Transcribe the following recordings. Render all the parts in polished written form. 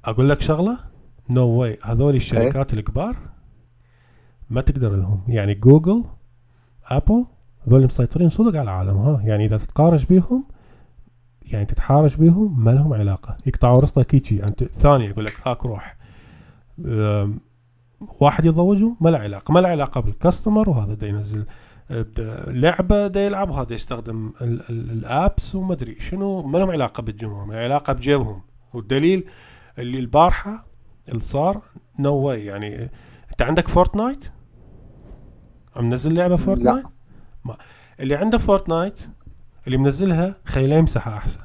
اقول لك شغله، نو واي، هذول ايه. الشركات الكبار ما تقدر لهم. يعني جوجل، ابل، هذول مسيطرين صدق على العالم. ها يعني اذا تتقارش بيهم، يعني تتحارش بيهم، ما لهم علاقه، يقطعوا رزقك يجي انت ثاني يقول لك هاك روح. أم، واحد يضوجه ما له علاقه، ما له علاقه بالكاستمر، وهذا دا ينزل لعبه دا يلعب، وهذا يستخدم الابس وما ادري شنو، ما لهم علاقه بالجمهور، ما علاقه بجيبهم. والدليل اللي البارحه اللي صار، نو واي. يعني انت عندك فورتنايت، عم نزل لعبه لا. فورتنايت، ما اللي عنده فورتنايت اللي منزلها خليه يمسحها احسن.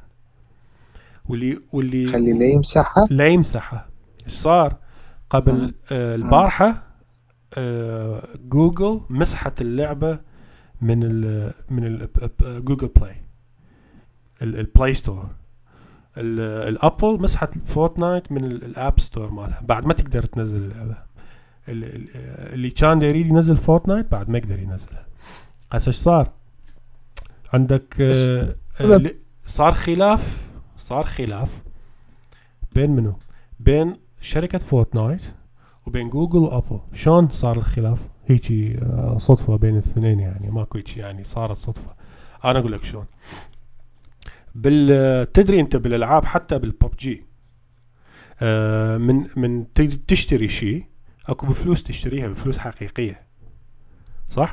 واللي خلي لي يمسحها. لا يمسحها. ايش صار مم. قبل مم. البارحه؟ جوجل مسحت اللعبه من جوجل بلاي، البلاي ستور. الابل مسحت فورتنايت من الاب ستور مالها، بعد ما تقدر تنزل اللعبه. اللي كان يريد ينزل فورتنايت بعد ما يقدر ينزلها. هسه ايش صار عندك؟ السبب. صار خلاف بين منو؟ بين شركة فورتنايت وبين جوجل وابل. شلون صار الخلاف؟ هيجي صدفة بين الاثنين، يعني ماكو هيجي، يعني صارت صدفة. انا اقول لك شلون. تدري انت بالالعاب حتى بالببجي، من تشتري شيء اكو بفلوس، تشتريها بفلوس حقيقية، صح؟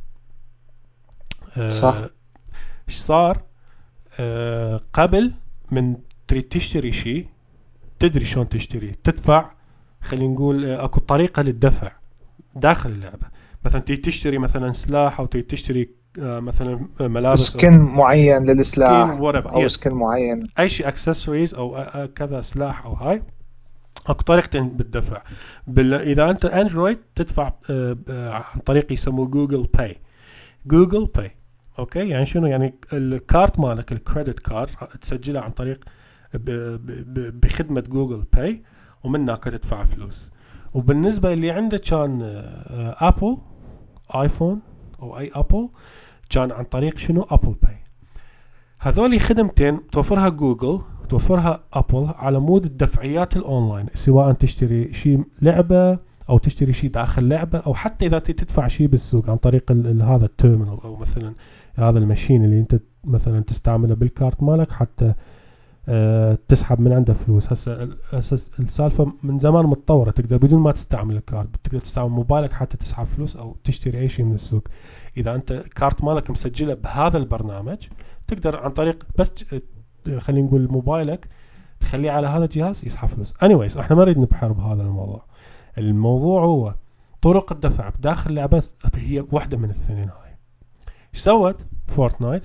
صح. ايش صار قبل؟ من تريد تشتري شيء، تدري شلون تشتري؟ تدفع، خلينا نقول اكو طريقة للدفع داخل اللعبة. مثلا تيجي تشتري مثلا سلاح، او تيجي تشتري مثلا ملابس، او سكن معين سكين للسلاح whatever، او يس، سكن معين. اي شيء اكسسوارز او كذا سلاح او هاي. اكو طريقتين بالدفع. اذا انت اندرويد تدفع عن طريق يسموه جوجل باي. جوجل باي اوكي، يعني شنو؟ يعني الكارت مالك، الكريدت كارد، تسجله عن طريق بخدمة جوجل باي، ومن هناك تدفع فلوس. وبالنسبة اللي عنده كان ابل ايفون او اي ابل، كان عن طريق شنو؟ ابل باي. هذولي خدمتين توفرها جوجل، توفرها ابل على مود الدفعيات الاونلاين، سواء تشتري شيء لعبة، او تشتري شيء داخل لعبة، او حتى اذا تدفع شيء بالسوق عن طريق هذا التيرمينال، او مثلا هذا الماشين اللي انت مثلا تستعمله بالكارت مالك حتى تسحب من عنده فلوس. هسه السالفه من زمان متطوره، تقدر بدون ما تستعمل الكارت، تقدر تستعمل موبايلك حتى تسحب فلوس او تشتري اي شيء من السوق. اذا انت كارت مالك مسجله بهذا البرنامج، تقدر عن طريق بس خلينا نقول موبايلك تخليه على هذا الجهاز يسحب فلوس. anyways احنا ما نريد نبحر بهذا الموضوع. الموضوع هو طرق الدفع بداخل اللعبه هي واحده من الاثنين هاي. ايش سوت فورتنايت؟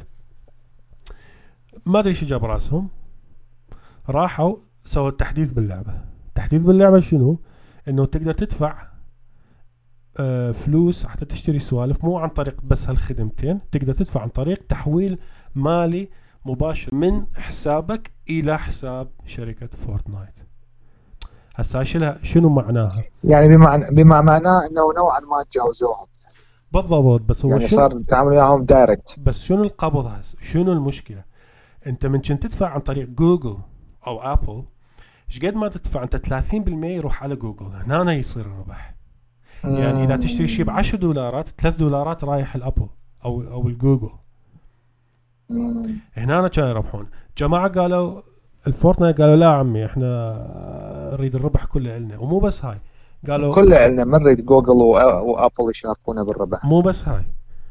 ما ادري ايش جاب راسهم، راحوا سووا تحديث باللعبة. تحديث باللعبة شنو؟ انه تقدر تدفع فلوس حتى تشتري سوالف، مو عن طريق بس هالخدمتين، تقدر تدفع عن طريق تحويل مالي مباشر من حسابك الى حساب شركة فورتنايت. هسا شنو معناها؟ يعني بما معناه انه نوعا ما تجاوزوهم. بالضبط. بس هو يعني شنو؟ صار تعاملوا وياهم دايركت. بس شنو القبض هسه؟ شنو المشكلة؟ انت من كنت تدفع عن طريق جوجل او ابل، ايش قد ما تدفع انت 30% يروح على جوجل، هنا يصير الربح. يعني اذا تشتري شيء ب $10، $3 رايح الابل او الجوجل. هنا كانوا يربحون. جماعه قالوا الفورتنايت، قالوا لا عمي احنا نريد الربح كله لنا. ومو بس هاي، قالوا كل علنا ما نريد جوجل وابل يشاركونا بالربح. مو بس هاي،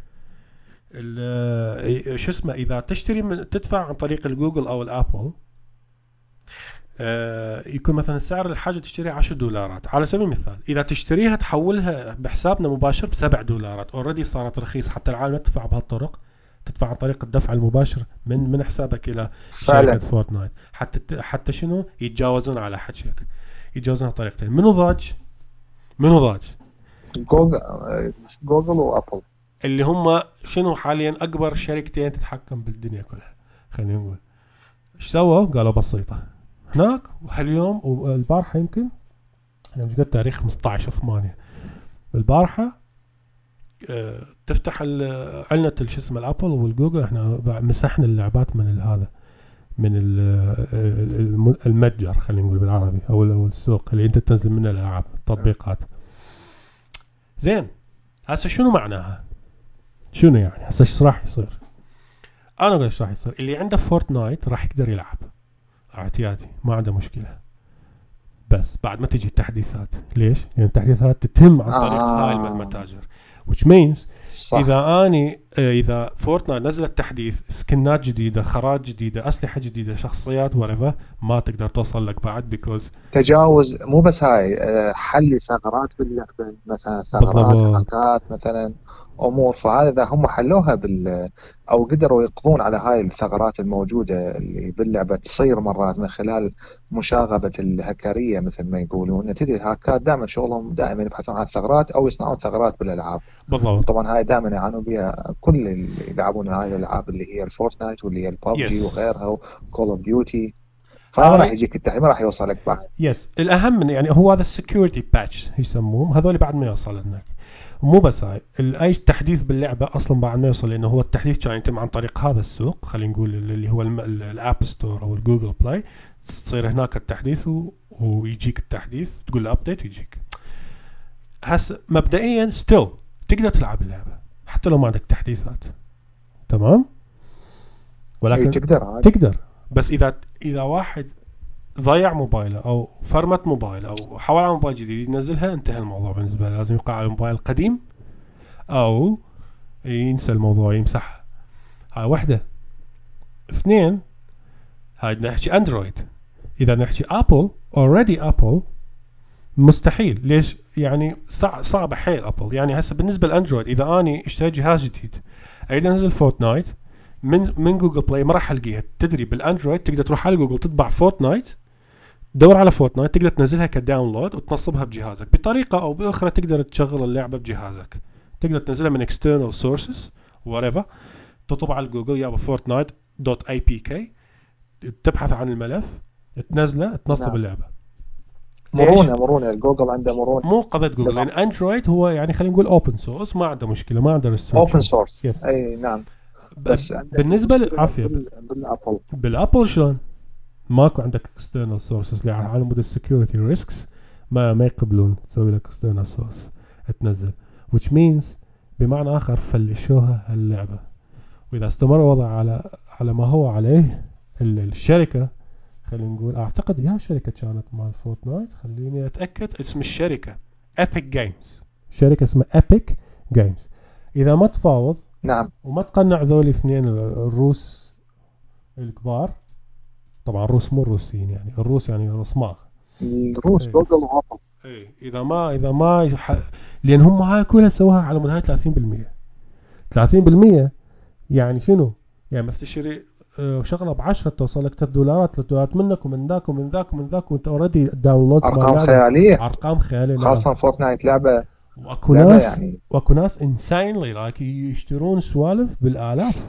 شو اسمه، اذا تشتري تدفع عن طريق الجوجل او الابل، يكون مثلا سعر الحاجه تشتريها $10. على سبيل المثال اذا تشتريها تحولها بحسابنا مباشر $7، اوريدي صارت رخيص، حتى العالم تدفع بهالطرق، تدفع عن طريق الدفع المباشر من حسابك الى شركه فعلا. فورتنايت. حتى شنو يتجاوزون على حكيك، يتجاوزون طريقتين. منو ضاج؟ جوجل. جوجل وابل. اللي هم شنو حاليا اكبر شركتين تتحكم بالدنيا كلها، خلينا نقول. ايش سووا؟ قالوا بسيطه، هناك وهاليوم والبارحه يمكن، انا مش قد تاريخ 15/8 البارحه، تفتح علنة شو اسمه الابل والجوجل، احنا مسحنا اللعبات من هذا، من المتجر خلينا نقول بالعربي او السوق اللي انت تنزل منه الالعاب التطبيقات. زين هسه شنو معناها؟ شنو يعني هسه ايش راح يصير؟ انا اقول ايش راح يصير. اللي عنده فورتنايت راح يقدر يلعب اعتيادي ما عنده مشكله، بس بعد ما تجي التحديثات. ليش؟ لان يعني التحديثات تتم عن طريق هاي المتاجر which means صح. اذا فورتنايت نزلت تحديث سكنات جديده خرائط جديده اسلحه جديده شخصيات whatever ما تقدر توصل لك بعد because تجاوز مو بس هاي حل ثغرات باللعبة مثلا، ثغرات هاكات مثلا امور، فهذا اذا هم حلوها او قدروا يقضون على هاي الثغرات الموجودة اللي باللعبة تصير مرات من خلال مشاغبة الهكرية مثل ما يقولون. تدري الهاكات دائما شغلهم دائما يبحثون عن ثغرات او يصنعون ثغرات بالالعاب. بالضبط. طبعا هاي دائما يعانوا بها كل اللي يلعبون هاي الالعاب اللي هي الفورتنايت واللي هي الببجي وغيرها وكول اوف ديوتي. فما راح يجيك التحديث، ما راح يوصل لك بعد. يس الاهم من يعني هو هذا السكيورتي باتش يسموهم هذول بعد ما يوصل لك. مو بس هاي اي تحديث باللعبه اصلا بعد ما يوصل، لانه هو التحديث كان يتم عن طريق هذا السوق خلينا نقول اللي هو الاب ستور او الجوجل بلاي. تصير هناك التحديث ويجيك التحديث تقول له ابديت يجيك. هسه مبدئيا ستيل تقدر تلعب اللعبه حتى لو ما عندك تحديثات، تمام؟ ولكن تقدر بس اذا واحد ضيع موبايله او فرمت موبايله او حول على موبايل جديد ينزلها، انتهى الموضوع بالنسبه له. لازم يبقى على الموبايل القديم او ينسى الموضوع يمسحها. هاي واحده. اثنين، هاي نحكي اندرويد. اذا نحكي ابل اوريدي ابل مستحيل. ليش؟ يعني صعب حيل ابل. يعني هسه بالنسبه للاندرويد اذا اني اشتري جهاز جديد اريد انزل فورتنايت من جوجل بلاي ما راح القيها. تدري بالاندرويد تقدر تروح على جوجل تطبع فورتنايت، دور على فورتنايت، تقدر تنزلها كداونلود وتنصبها بجهازك بطريقه او باخرى. تقدر تشغل اللعبه بجهازك، تقدر تنزلها من external sources whatever، تطبع على جوجل يابا fortnite.apk، تبحث عن الملف تنزله تنصب نعم. اللعبه. مرونه جوجل عنده مرونه، مو قضيه جوجل لان اندرويد هو يعني خلينا نقول اوبن سورس ما عنده مشكله، ما عنده ريستريكشن اوبن سورس. اي نعم. بس بالنسبه للعافيه بالابل شلون ماكو عندك external sources على مود السكيورتي ريسكس ما يقبلون تسوي لك external source تنزل، which means بمعنى آخر فلشوها اللعبة. وإذا استمر الوضع على ما هو عليه الشركة خلينا نقول أعتقد يا شركة كانت مال فورتنايت، خليني أتأكد اسم الشركة Epic Games، شركة اسمها Epic Games. إذا ما تفاوض نعم وما تقنع ذول الاثنين الروس الكبار، طبعا الروس مو الروسيين يعني الروس يعني رسماغ الروس جوجل وابل. اي اذا ما لان هم هاي كلها سووها على مود هاي 30%. يعني شنو؟ يعني مثل تشتري شغله ب10 توصل لك $3 $3 منك ومن ذاك ومن ذاك ومن ذاك وانت اوريدي داونلود ارقام خياليه، ارقام خياليه خاصه فورتنايت لعبه واكو ناس يعني واكو ناس انساينلي لايك يشترون سوالف بالالاف.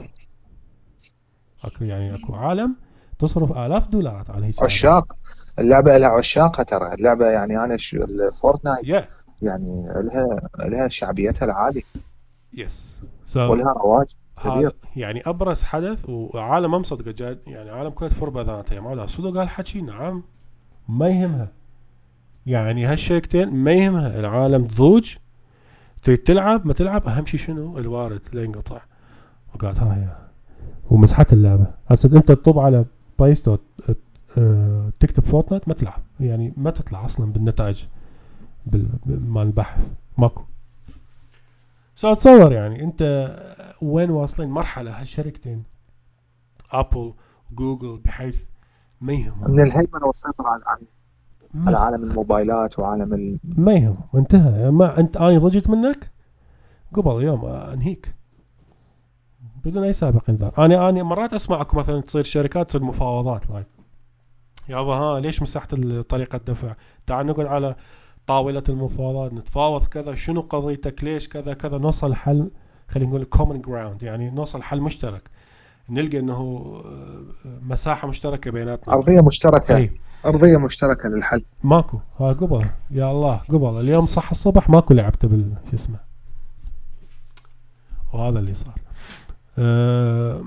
اكو عالم تصرف $1000 على هيك عشاق اللعبه، لها عشاقها ترى اللعبه. يعني انا الفورتنايت يعني لها شعبيتها العاليه. يس ولها رواج كبير. يعني ابرز حدث وعالم ما مصدقه جاد، يعني عالم كلها تفر بذاتها يا معلها صدق قال حكي. نعم ما يهمها، يعني هالشركتين ما يهمها العالم تضوج تريد تلعب ما تلعب، اهم شيء شنو الوارد لا ينقطع. وقالت هاي ومسحت اللعبه. هسه انت تطب على بلاي ستور تكتب فورتنايت ما تلعب، يعني ما تطلع اصلا بالنتائج مال البحث ماكو. اتصور يعني انت وين واصلين مرحله هالشركتين ابل وجوجل بحيث ما يهم من الهيمنه والسيطره على عالم الموبايلات وعالم ما يهم انتهى. ما انت اني ضجت منك قبل يوم انهيك بدون اي سابق انذار. انا مرات اسمع اكو مثلا تصير شركات تصير مفاوضات لايك يابا ها ليش مسحت طريقه الدفع، تعال نقعد على طاولة المفاوضات نتفاوض كذا، شنو قضيتك ليش كذا كذا، نوصل حل خلينا نقول common ground، يعني نوصل حل مشترك، نلقى انه مساحة مشتركة بيناتنا، أرضية مشتركة. أرضية مشتركة للحل. ماكو ها قبل يا الله قبل اليوم صح الصبح ماكو لعبت شو اسمه، وهذا اللي صار.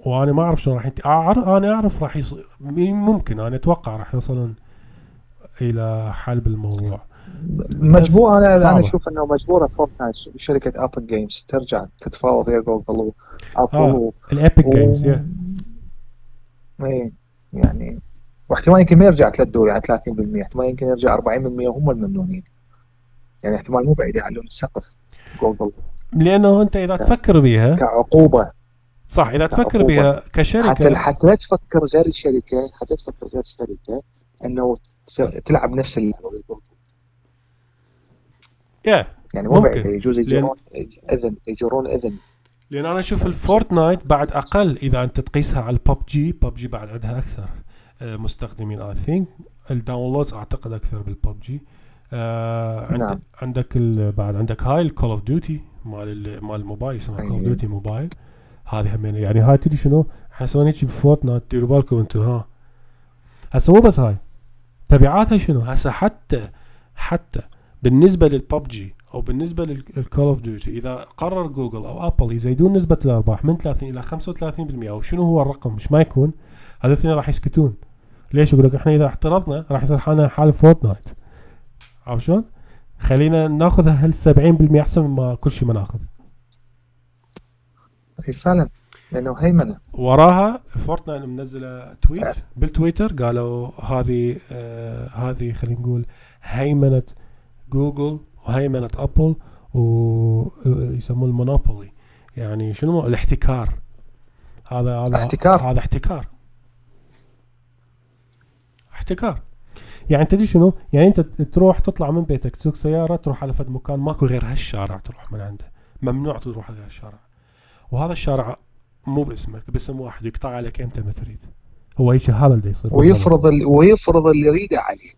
وانا ما اعرف شلون راح انا اعرف راح ممكن انا اتوقع راح يوصلون الى حل بالموضوع. مجبور. انا صعبة. اشوف انه مجبوره فورتنايت شركه ابل جيمز ترجع تتفاوض ويا جوجل وابل الابيك جيمز ايه يعني. واحتمال يمكن ما يرجع 3 دول يعني 30%، احتمال يمكن يرجع 40% وهم الممنونين. يعني احتمال مو بعيد يعلون السقف جوجل لانه انت اذا تفكر بيها كعقوبه. صح، اذا تفكر كعقوبه بيها كشركه حتى لا تفكر غير الشركه، انه تلعب نفس اللعبه بالجوجل. يعني مو بعيد ممكن. يجوز يجرون اذن. لان انا اشوف الفورتنايت بعد اقل اذا انت تقيسها على الببجي بعد عندها اكثر مستخدمين. اي ثينك الداونلودز اعتقد اكثر بالببجي. نعم. عندك بعد عندك هاي الكول اوف ديوتي مال الموبايل اسمها كول اوف ديوتي موبايل. هذه هم يعني هاي تدري شنو حسوني هيك بفورتنايت. ديروا بالكم انتم ها هسه مو بس هاي تبعاتها شنو هسه حتى بالنسبه للببجي او بالنسبه للكول اوف ديوتي اذا قرر جوجل او ابل يزيدون نسبه الارباح من 30 الى 35% او شنو هو الرقم مش ما يكون، هذول الاثنين راح يسكتون. ليش؟ يقول لك احنا اذا احترضنا راح يصير حالنا حال فورتنايت. عارف شلون؟ خلينا ناخذ هال 70% احسن مما كل شيء ما ناخذ. فعلا لانه هيمنه. وراها فورتنايت منزله تويت بالتويتر قالوا هذه خلينا نقول هيمنه جوجل وهيمنه ابل ويسموه المونوبولي. يعني شنو الاحتكار؟ هذا احتكار. يعني تدري شنو؟ يعني انت تروح تطلع من بيتك تسوق سياره تروح على فد مكان ماكو غير هالشارع تروح من عنده، ممنوع تروح غير الشارع. وهذا الشارع مو باسمك، باسم واحد يقطع عليك امتى ما تريد. هو اي شيء هذا اللي يصير ويفرض اللي يريده عليك.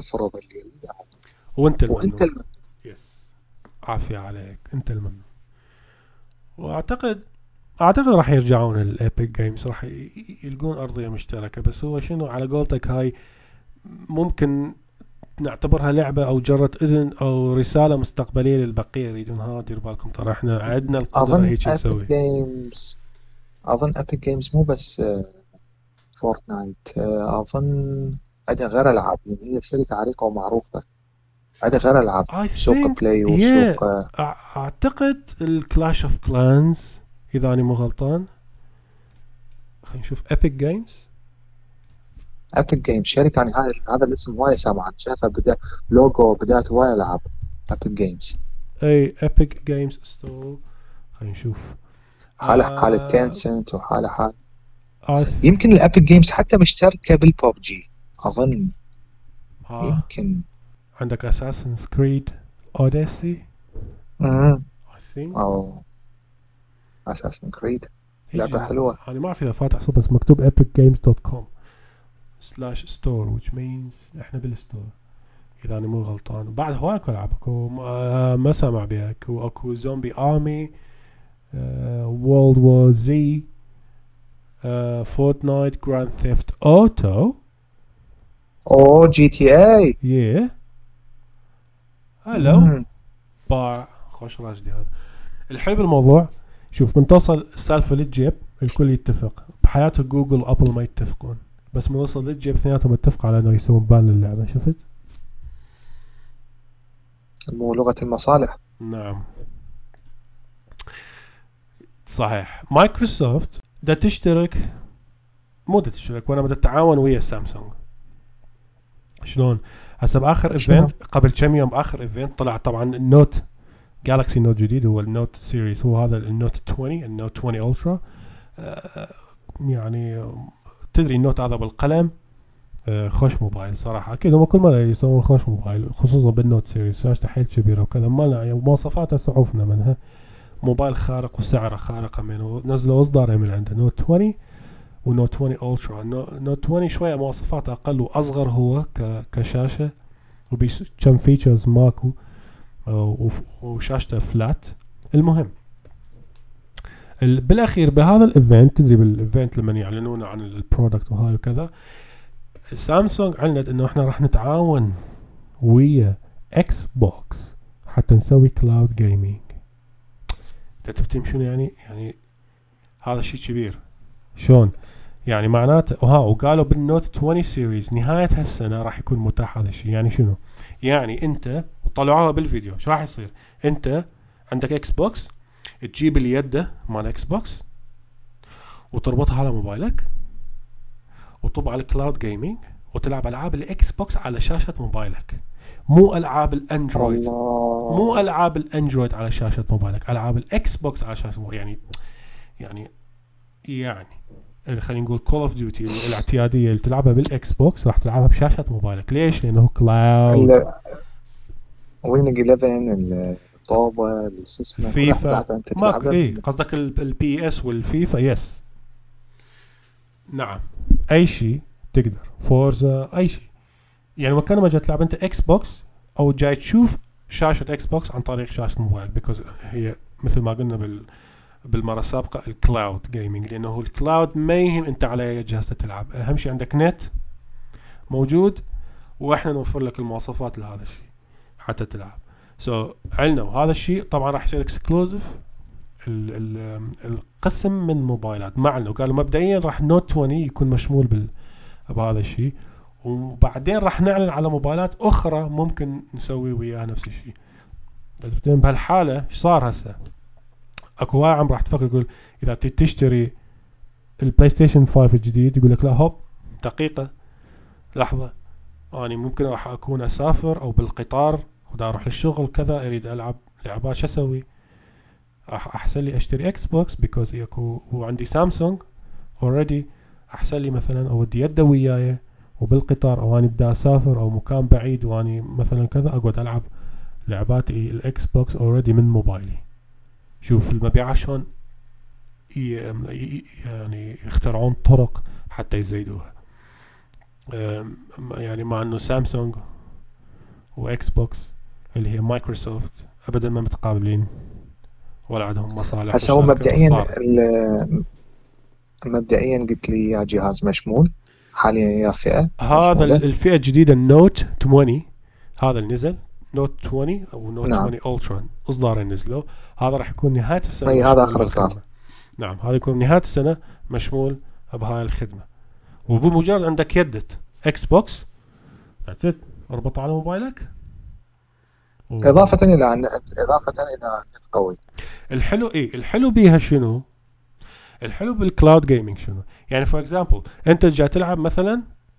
وانت الممنوع. يس عافية عليك انت الممنوع. واعتقد راح يرجعون الابيك جيمز راح يلقون ارضية مشتركة. بس هو شنو على قولتك هاي ممكن نعتبرها لعبة او جرة اذن او رسالة مستقبلية للبقية يريدون دير بالكم ترى احنا عندنا القدرة هيك نسوي. اظن ابيك جيمز مو بس فورتنايت، اظن عندها غير العاب لان هي شركة عريقة ومعروفة. عندها غير العاب سوق بلاي وسوق اعتقد الكلاش اوف كلانز اذا اني مو غلطان. خلينا نشوف ابيك جيمز شركة يعني هذا الاسم وايد سامع. شايفه بدا لوجو بداية هواي العاب ابيك جيمز. اي ابيك جيمز ستور. خلينا نشوف حالة تنسنت وحالة يمكن الابيك جيمز حتى مشتركة بالبوبجي اظن. يمكن عندك اساسنز كريد اوديسي او اساسن كريد لعبة حلوة. انا ما اعرف اذا فاتح صوب بس مكتوب epicgames.com/store which means احنا بالستور اذا انا مو غلطان. بعد هواي اكو العاب اكو ما سامع بها. اكو زومبي ارمي، وورلد وور زي، فورتنايت، جراند ثيفت اوتو، جي تي اي. هلو باع خوش راجدي. هذا الحلو بالموضوع. شوف من توصل السالفة للجيب الكل يتفق. بحياته جوجل وابل ما يتفقون، بس من وصل للجيب اثنيناتهم اتفق على انه يسوون بان للعبة. شفت؟ مو لغة المصالح. نعم صحيح. مايكروسوفت دا تشترك وانا بدأ تتعاون ويا سامسونج. شلون؟ هسه باخر ايفنت قبل كم يوم باخر ايفنت طلع طبعا النوت جالكسي نوت جديد هو النوت سيريز. هو هذا النوت 20 النوت 20 الترا. يعني تدري النوت هذا بالقلم خوش موبايل صراحة. أكيد هم كل مرة يسوون خوش موبايل خصوصا بالنوت سيريز. شاشته حيل كبيرة وكذا مالنا يعني مواصفاتها سعوفنا منها. موبايل خارق وسعره خارقة منه. نزلوا إصدارين من عنده نوت 20 ونوت 20 الترا. نوت 20 شوية مواصفاته أقل وأصغر هو كشاشة وبكم فيتشرز ماكو وشاشته فلات. المهم بالاخير بهذا الايفنت تدري بالايفنت لما يعلنون عن البرودكت وهاي وكذا سامسونج اعلنت انه احنا راح نتعاون ويا اكس بوكس حتى نسوي كلاود جيمينج. تفتهم شنو يعني هذا شيء كبير. شلون يعني معناته وقالوا بالنوت 20 سيريز نهاية هالسنة راح يكون متاح هذا الشيء. يعني شنو؟ يعني انت وطلعوها بالفيديو شو راح يصير؟ انت عندك اكس بوكس، تجيب اليد مال اكس بوكس وتربطها على موبايلك وطب على الكلاود جيمنج وتلعب العاب الاكس بوكس على شاشة موبايلك، مو العاب الاندرويد. مو العاب الاندرويد على شاشة موبايلك، العاب الاكس بوكس على شاشة موبايلك. يعني خلينا نقول كول اوف ديوتي الاعتياديه اللي تلعبها بالاكس بوكس راح تلعبها بشاشه موبايلك. ليش؟ لانه كلاود. وينج 11 الطوبة شو اسمه كل واحد الفيفا تلعبها انت ماك تلعبها قصدك البي اس والفيفا. يس نعم اي شيء تقدر، فورزا اي شيء. يعني مكان ما جاي تلعب انت اكس بوكس او جاي تشوف شاشه اكس بوكس عن طريق شاشه موبايلك، بيكوز هي مثل ما قلنا بالمره السابقه الكلاود جيمنج، لانه هو الكلاود ما يهم انت على اي جهاز تلعب، اهم شيء عندك نت موجود واحنا نوفر لك المواصفات لهذا الشيء حتى تلعب. علنا وهذا الشيء طبعا راح يصير اكسكلوزيف القسم من موبايلات معنا، وقالوا مبدئيا راح نوت 20 يكون مشمول بهذا الشيء، وبعدين راح نعلن على موبايلات اخرى ممكن نسوي وياها نفس الشيء. بهالحاله ايش صار هسه؟ اكو واعم راح تفكر يقول اذا تشتري البلاي ستيشن 5 الجديد يقول لك لا هوب دقيقه لحظه، أنا ممكن راح أكون أسافر أو بالقطار ودا أروح للشغل كذا أريد ألعب لعبات، شو أسوي؟ أحسن لي أشتري إكس بوكس بيكوز يكو وعندي سامسونج أوريدي، أحسن لي مثلا أودي يده وياي وبالقطار، أو أنا بدأ أسافر أو مكان بعيد وأني مثلا كذا أقعد ألعب لعباتي الإكس بوكس أوريدي من موبايلي. شوف المبيعات شلون يعني يخترعون طرق حتى يزيدوها. يعني مع انه سامسونج واكس بوكس اللي هي مايكروسوفت ابدا ما متقابلين ولا عندهم مصالح. هسه هو مبدئيا قلت لي يا جهاز مشمول حاليا يا فئة هذا الفئة الجديدة النوت 20 هذا اللي نزل نوت 20 او نوت 20 الترا اصدارين نزلوا، هذا راح يكون نهاية السنة. اي هذا اخر اصدار. نعم هذا يكون نهاية السنة مشمول بهاي الخدمة، وبمجرد عندك يدة اكس بوكس اربطه على موبايلك اضافه الى نت قوي. الحلو بيها شنو؟ الحلو بالكلاود جيمنج شنو؟ يعني فور اكزامبل انت جاي تلعب مثلا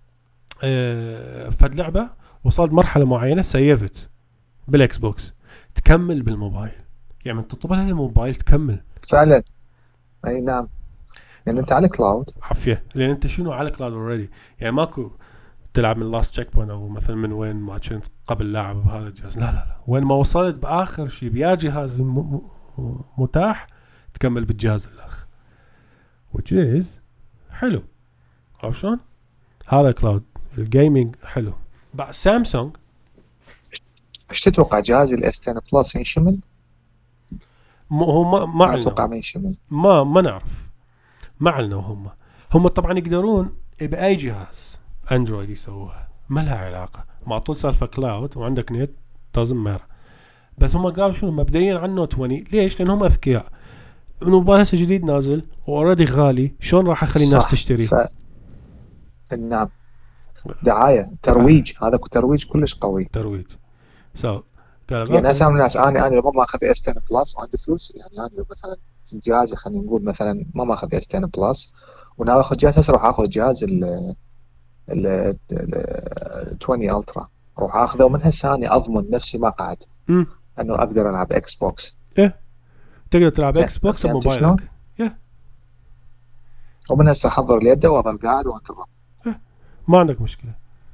فد لعبه وصلت مرحله معينه سيفت بالاكس بوكس تكمل بالموبايل، يعني انت تطلبها للموبايل تكمل فعلا. اي نعم يعني انت على كلاود عافيه، لان انت شنو على كلاود اوريدي، يعني ماكو تلعب من لاست تشيك بوينت او مثلا من وين ما كنت قبل لاعب بهذا الجهاز، لا وين ما وصلت باخر شيء بيا جهاز متاح تكمل بالجهاز الاخر which is حلو. عرفت شلون؟ هذا كلاود الجيمنج حلو. بعد سامسونج ايش تتوقع جهاز الاس 10 بلس ينشمل؟ هو ما اتوقع ما ينشمل، ما نعرف ما علنا. هم طبعا يقدرون باي جهاز اندرويد يسووها، ما لها علاقه مع طول سالفه كلاود وعندك نت لازم مير. بس هم قالوا شنو مبدئيا عن نوت 20 ليش؟ لان هم اذكياء انه موبايل هسه جديد نازل واوريدي غالي، شلون راح اخلي الناس تشتري؟ نعم دعايه ترويج، هذا ترويج كلش قوي ترويج. يعني اسامي الناس انا لما ما اخذ اس 10 بلس وعندي فلوس، يعني انا مثلا جهازي خلينا نقول مثلا ما اخذ اس 10 بلس وناوي اخذ جهاز، هسه راح اخذ جهاز ال 20 الترا، اروح اخذه ومن هسه انا اضمن نفسي ما قعد انه اقدر العب اكس بوكس. تقدر تلعب اكس بوكس بموبايلك ومن هسه احضر اليد واظل قاعد وانتظر ما عندك مشكله.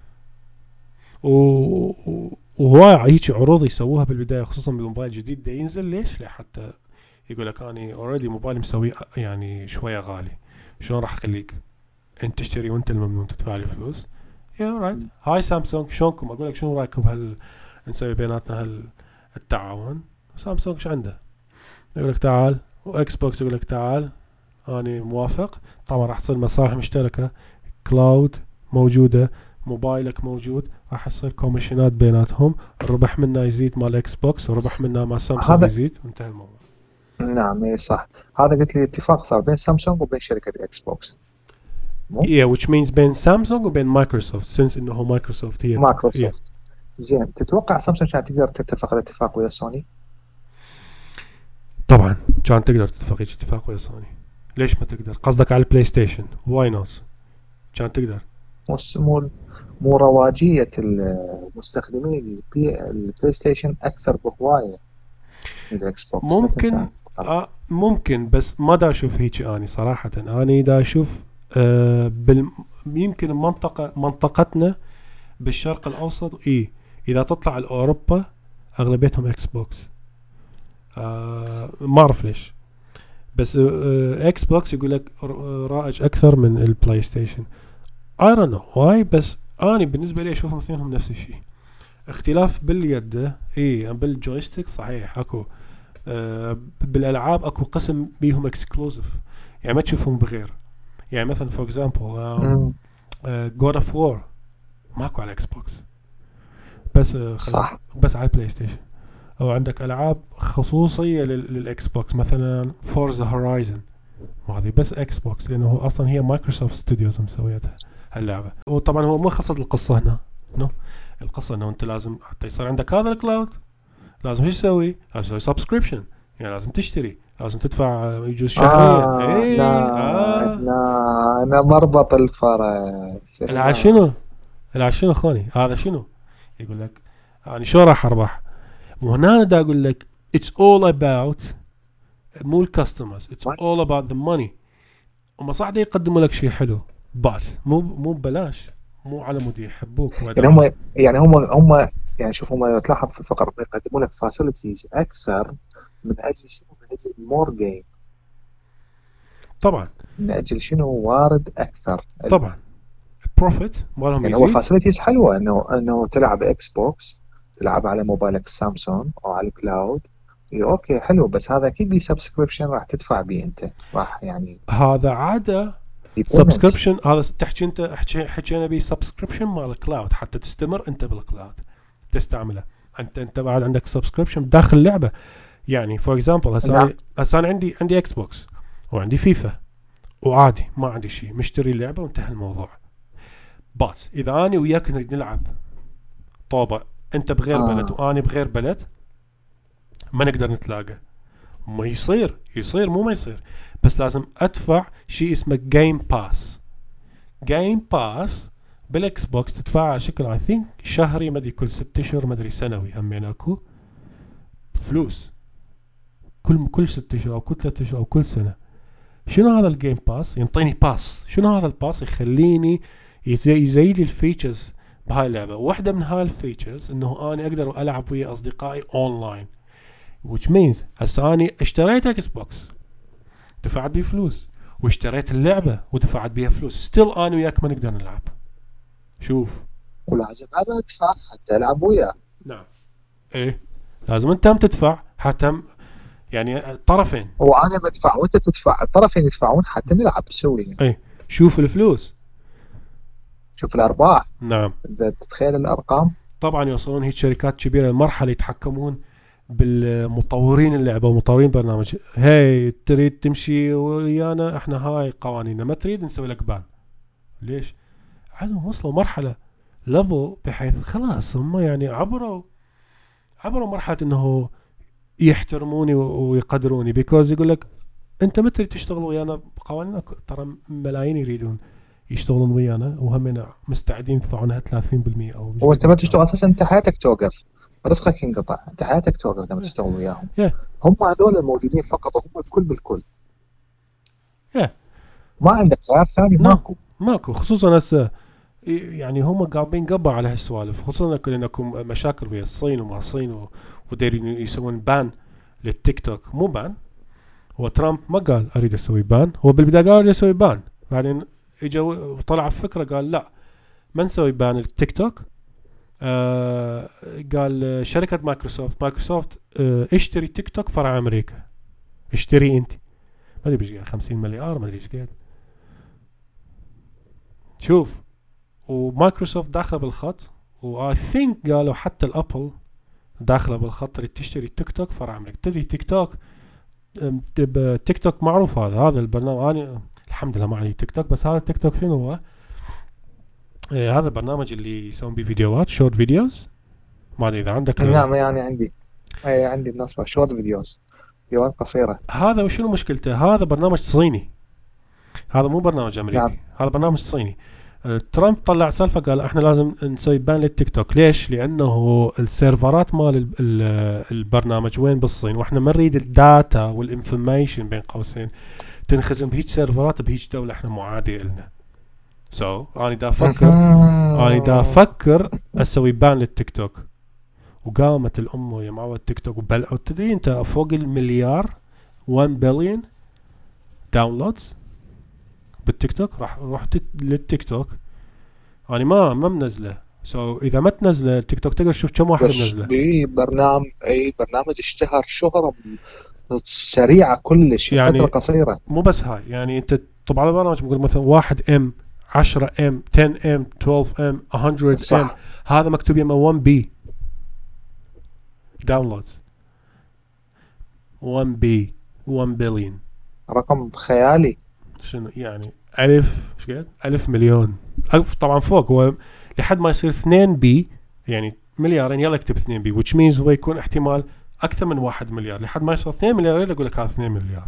وهواي هيك عروض يسووها بالبدايه خصوصا بالموبايل الجديد ده ينزل. ليش؟ لحتى يقول لك اني اوريدي موبايل مسوي يعني شويه غالي، شلون راح اخليك انت تشتري وانت الممنون تدفع لي فلوس؟ يا رايت. هاي سامسونج شلونكم؟ اقول لك شنو رايكم نسوي بيناتنا التعاون؟ سامسونج ايش عنده؟ يقول لك تعال، واكس بوكس يقول لك تعال اني موافق. طبعا راح تصير مصالح مشتركه، كلاود موجوده، موبايلك موجود، راح يصير كوميشنات بيناتهم، الربح منها يزيد مال اكس بوكس وربح منها مال سامسونج يزيد وانتهى الموضوع. نعم اي صح. هذا قلت لي اتفاق صار بين سامسونج وبين شركة اكس بوكس، مو yeah which means بين سامسونج وبين مايكروسوفت since انه هو مايكروسوفت هي yeah. مايكروسوفت. زين، تتوقع سامسونج كانت تقدر تتفق الاتفاق ويا سوني؟ طبعا كان تقدر تتفق اتفاق ويا سوني. ليش ما تقدر؟ قصدك على البلاي ستيشن؟ واي نوت كان تقدر. مو مو رواجية المستخدمين البلاي ستيشن أكثر بهواية من الإكس بوكس، لا ممكن تنسى. ممكن، بس ما دا اشوف هيك. اني صراحة اني دا اشوف يمكن منطقتنا بالشرق الاوسط اذا تطلع لاوروبا اغلبيتهم اكس بوكس. ما اعرف ليش، بس اكس بوكس يقول لك رائج اكثر من البلاي ستيشن. I don't know why، بس اني بالنسبة لي اشوفهم اثنينهم نفس الشيء. اختلاف باليد بالجويستيك صحيح اكو. بالالعاب اكو قسم بيهم اكسكلوزيف، يعني ما تشوفهم بغير. يعني مثلا فور اكزامبل جود اوف وور ماكو على اكس بوكس، بس صح. بس على البلاي ستيشن. او عندك العاب خصوصيه للاكس بوكس، مثلا فورزا هورايزن، وهذه بس اكس بوكس لانه اصلا هي مايكروسوفت ستوديوز مسويتها هاللعبه. وطبعا هو مو خاصه القصه هنا، نو القصه انه انت لازم حتى يصير عندك هذا الكلاود لازم ايش تسوي؟ لازم تسوي سبسكريبشن، يعني لازم تشتري، لازم تدفع يجوز شهريا. أنا مربط الفرس الع هنا. شنو؟ الع شنو اخواني؟ هذا شنو؟ يقول لك يعني شو راح اربح؟ وهنا دا اقول لك it's all about مو الكاستمرز، it's all about the money. وما صح يقدموا لك شيء حلو بات مو ببلاش، مو على مود يحبوك. يعني هم يعني شوف، هم تلاحظ في الفقر يقدموا لك فاسيلتيز اكثر من اجل شنو؟ من اجل مور جيم. طبعا من اجل شنو؟ وارد اكثر. طبعا بروفيت مالهم يعني هو يزيد. فاسيلتيز حلوه انه تلعب اكس بوكس، تلعب على موبايلك سامسونج او على الكلاود. اوكي حلو، بس هذا اكيد بي سبسكريبشن راح تدفع بيه انت، راح يعني هذا عاده payments. سبسكريبشن. هذا تحكي انت حكينا بيه سبسكريبشن مال الكلاود حتى تستمر انت بالكلاود تستعمله. انت بعد عندك سبسكريبشن داخل اللعبه. يعني فور اكزامبل هسه انا عندي اكس بوكس وعندي فيفا وعادي ما عندي شيء، مشتري اللعبه وانتهى الموضوع. بس اذا اني وياك نريد نلعب طوبه، انت بغير بلد وانا بغير بلد، ما نقدر نتلاقى. ما يصير مو ما يصير، بس لازم ادفع شيء اسمه جيم باس بالاكس بوكس. تدفع على شكل اي ثينك شهري، ما ادري كل 6 اشهر، ما ادري سنوي، همين اكو فلوس كل 6 اشهر او كل 3 اشهر او كل سنه. شنو هذا الجيم باس؟ ينطيني باس. شنو هذا الباس؟ يخليني يزيد لي الفيتشرز بهاي اللعبه. واحده من هاي الفيتشرز انه انا اقدر العب ويا اصدقائي اونلاين، which means هسه اني اشتريت اكس بوكس دفعت بيه فلوس، واشتريت اللعبه ودفعت بيها فلوس، ستيل انا وياك ما نقدر نلعب. شوف، ولازم هذا ادفع حتى العب وياه. نعم ايه، لازم انت هم تدفع حتى يعني الطرفين. هو انا بدفع وانت تدفع، الطرفين يدفعون حتى نلعب بسوريا. ايه شوف الفلوس، شوف الارباح. نعم تتخيل الارقام. طبعا يوصلون هيك شركات كبيره لمرحله يتحكمون بالمطورين اللعبه ومطورين برنامج. هاي تريد تمشي ويانا احنا هاي قوانيننا، ما تريد نسوي لك بان. ليش؟ عندهم وصلوا مرحله ليفل بحيث خلاص هم يعني عبروا مرحله انه يحترموني ويقدروني، بيكوز يقول لك انت ما تريد تشتغل ويانا بقوانيننا. ترى ملايين يريدون يشتغلون ويانا وهم مستعدين يدفعونها 30% او وانت ما تشتغل اساسا، انت حياتك توقف، رزقك ينقطع، انت حياتك توقف لما تشتغل وياهم. هم هذول الموجودين فقط، هم الكل بالكل. ما عندك خيار ثاني. ماكو خصوصا هسه يعني هم قاعدين قبع على هالسوالف، خصوصا كلنا مشاكل ويا الصين ومع الصين ودايرين يسوون بان للتيك توك. مو بان، هو ترامب ما قال اريد اسوي بان، هو بالبدايه قال اريد اسوي بان، بعدين اجى وطلع فكره قال لا ما نسوي بان التيك توك. قال شركه مايكروسوفت اشتري تيك توك فرع امريكا، اشتري انت، ما ادري بيش 50 مليار ما ادري ايش قال. شوف، ومايكروسوفت داخله بالخط، واي ثينك قالوا حتى الابل داخله بالخط تريد تشتري تيك توك فرع امريكا. تدري تيك توك تيك توك معروف هذا البرنامج. أنا الحمد لله ما عندي تيك توك، بس هذا التيك توك شنو هو؟ هذا البرنامج اللي يسوون بيه فيديوهات شورت فيديوز. ما ادري اذا عندك نعم يعني عندي بنصبه شورت فيديوهات قصيرة. هذا وشنو مشكلته؟ هذا برنامج صيني، هذا مو برنامج امريكي. نعم. هذا برنامج صيني. ترامب طلع سالفه قال احنا لازم نسوي بان للتيك توك. ليش؟ لانه السيرفرات مال البرنامج وين؟ بالصين، واحنا ما نريد الداتا والانفورميشن بين قوسين تنخزن بهيج سيرفرات بهيج دوله احنا معاديه لنا. انا دا افكر اسوي بان للتيك توك. وقامت الام يا معود تيك توك تدري انت فوق المليار 1 بليون داونلودز بالتيك توك. رحت للتيك توك انا ما منزله. اذا ما تنزله التيك توك تقدر تشوف كم واحد منزله. برنامج اشتهر شهرة سريعة كلش في يعني فترة قصيرة. مو بس هاي، يعني انت طبعا البرنامج مقول مثلا 1 ام 10 ام 10 ام 12 ام 100 ام، هذا مكتوب يمه 1 بي داونلودز. 1 بي 1 بليون رقم خيالي. شنو يعني؟ ألف مليون طبعا فوق. هو لحد ما يصير 2 بي يعني مليارين يلا اكتب 2 بي which means هو يكون احتمال أكثر من 1 مليار. لحد ما يصير 2 مليار يقول لك هذا 2 مليار.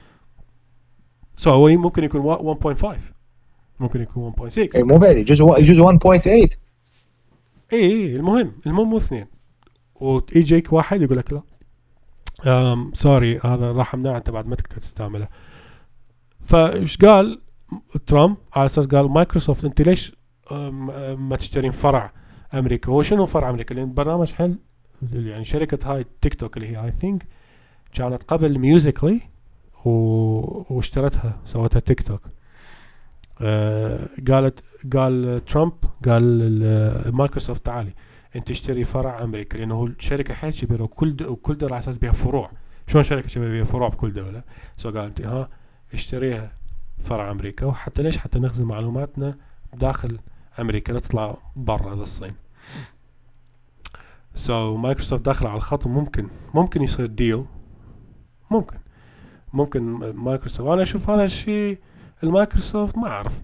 هو ممكن يكون 1.5 ممكن يكون 1.6. مو بعد يجوز 1.8. المهم مو 2 ويجيك واحد يقول لك لا سوري هذا راح امنع انت بعد ما تقدر تستعمله. فايش قال ترامب؟ على اساس قال مايكروسوفت انت ليش ما تشترين فرع امريكا؟ هو شنو فرع امريكا؟ لان برنامج حل يعني شركه هاي تيك توك اللي هي اي ثينك كانت قبل ميوزيكلي واشترتها سوتها تيك توك. قال ترامب قال مايكروسوفت تعالي انت اشتري فرع امريكا، لانه هو الشركه حيل كبيره وكل دوله على اساس بها فروع. شلون شركه كبيره بها فروع بكل دوله؟ قال انت اشتريها فرع امريكا. وحتى ليش؟ حتى نخزن معلوماتنا داخل امريكا لا تطلع برا للصين. مايكروسوفت داخل على الخط. ممكن يصير ديل. ممكن مايكروسوفت. انا اشوف هذا الشيء المايكروسوفت ما اعرف.